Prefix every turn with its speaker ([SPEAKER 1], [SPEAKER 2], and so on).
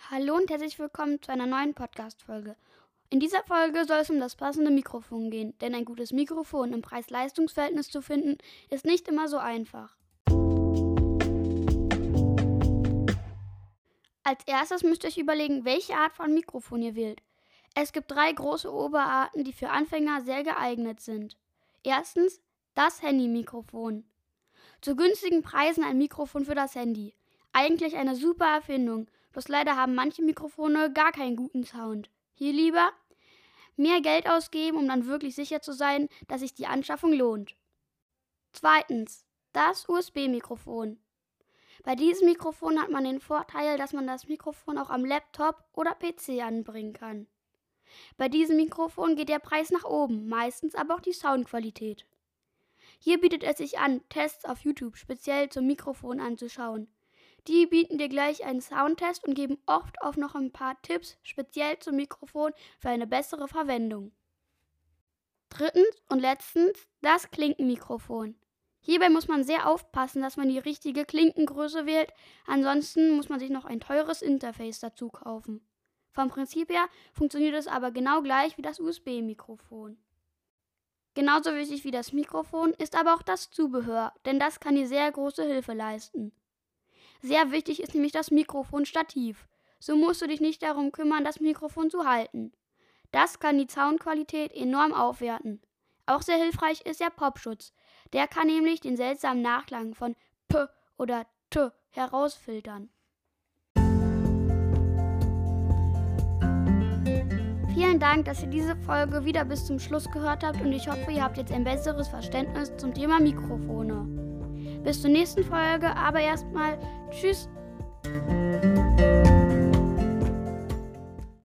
[SPEAKER 1] Hallo und herzlich willkommen zu einer neuen Podcast-Folge. In dieser Folge soll es um das passende Mikrofon gehen, denn ein gutes Mikrofon im Preis-Leistungs-Verhältnis zu finden, ist nicht immer so einfach. Als erstes müsst ihr euch überlegen, welche Art von Mikrofon ihr wählt. Es gibt 3 große Oberarten, die für Anfänger sehr geeignet sind. Erstens das Handy-Mikrofon. Zu günstigen Preisen ein Mikrofon für das Handy. Eigentlich eine super Erfindung, bloß leider haben manche Mikrofone gar keinen guten Sound. Hier lieber mehr Geld ausgeben, um dann wirklich sicher zu sein, dass sich die Anschaffung lohnt. Zweitens das USB-Mikrofon. Bei diesem Mikrofon hat man den Vorteil, dass man das Mikrofon auch am Laptop oder PC anbringen kann. Bei diesem Mikrofon geht der Preis nach oben, meistens aber auch die Soundqualität. Hier bietet es sich an, Tests auf YouTube speziell zum Mikrofon anzuschauen. Die bieten dir gleich einen Soundtest und geben oft auch noch ein paar Tipps speziell zum Mikrofon für eine bessere Verwendung. Drittens und letztens das Klinkenmikrofon. Hierbei muss man sehr aufpassen, dass man die richtige Klinkengröße wählt, ansonsten muss man sich noch ein teures Interface dazu kaufen. Vom Prinzip her funktioniert es aber genau gleich wie das USB-Mikrofon. Genauso wichtig wie das Mikrofon ist aber auch das Zubehör, denn das kann dir sehr große Hilfe leisten. Sehr wichtig ist nämlich das Mikrofonstativ. So musst du dich nicht darum kümmern, das Mikrofon zu halten. Das kann die Soundqualität enorm aufwerten. Auch sehr hilfreich ist der Popschutz. Der kann nämlich den seltsamen Nachklang von P oder T herausfiltern. Vielen Dank, dass ihr diese Folge wieder bis zum Schluss gehört habt und ich hoffe, ihr habt jetzt ein besseres Verständnis zum Thema Mikrofone. Bis zur nächsten Folge, aber erstmal tschüss!